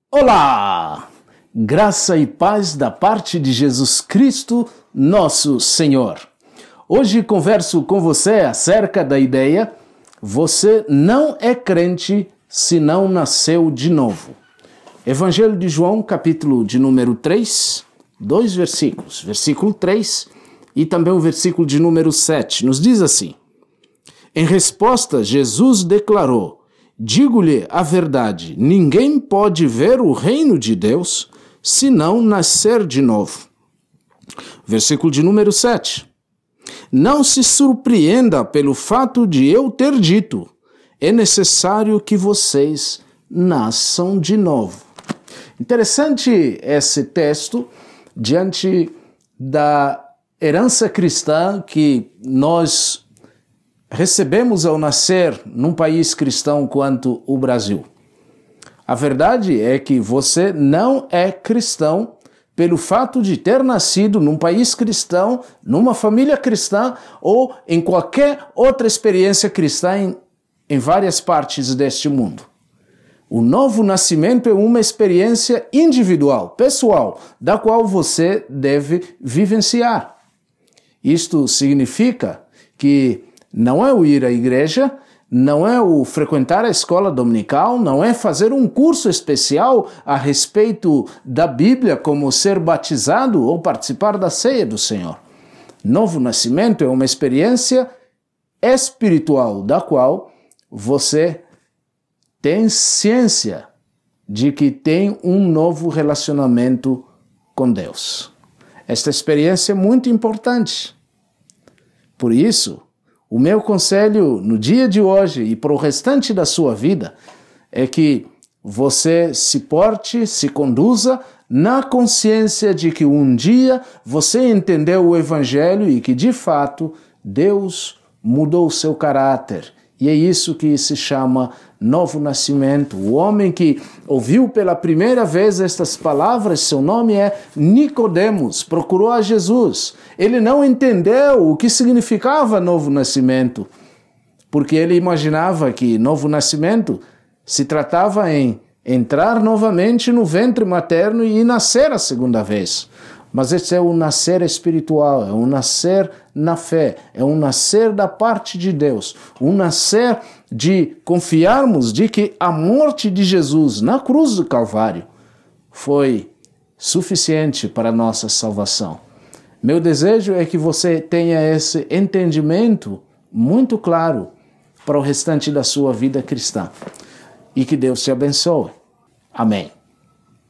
Olá! Graça e paz da parte de Jesus Cristo, nosso Senhor. Hoje converso com você acerca da ideia: você não é crente se não nasceu de novo. Evangelho de João, capítulo de número 3, dois versículos, versículo 3 e também o versículo de número 7, nos diz assim: em resposta, Jesus declarou: digo-lhe a verdade, ninguém pode ver o reino de Deus se não nascer de novo. Versículo de número 7. Não se surpreenda pelo fato de eu ter dito, é necessário que vocês nasçam de novo. Interessante esse texto diante da herança cristã que nós recebemos ao nascer num país cristão quanto o Brasil. A verdade é que você não é cristão pelo fato de ter nascido num país cristão, numa família cristã ou em qualquer outra experiência cristã em várias partes deste mundo. O novo nascimento é uma experiência individual, pessoal, da qual você deve vivenciar. Isto significa que não é o ir à igreja, não é o frequentar a escola dominical, não é fazer um curso especial a respeito da Bíblia, como ser batizado ou participar da ceia do Senhor. Novo nascimento é uma experiência espiritual, da qual você tem ciência de que tem um novo relacionamento com Deus. Esta experiência é muito importante. Por isso, o meu conselho no dia de hoje e para o restante da sua vida é que você se porte, se conduza na consciência de que um dia você entendeu o Evangelho e que, de fato, Deus mudou o seu caráter. E é isso que se chama novo nascimento. O homem que ouviu pela primeira vez estas palavras, seu nome é Nicodemos, procurou a Jesus. Ele não entendeu o que significava novo nascimento, porque ele imaginava que novo nascimento se tratava em entrar novamente no ventre materno e nascer a segunda vez. Mas esse é um nascer espiritual, é um nascer na fé, é um nascer da parte de Deus, um nascer de confiarmos de que a morte de Jesus na cruz do Calvário foi suficiente para a nossa salvação. Meu desejo é que você tenha esse entendimento muito claro para o restante da sua vida cristã e que Deus te abençoe. Amém.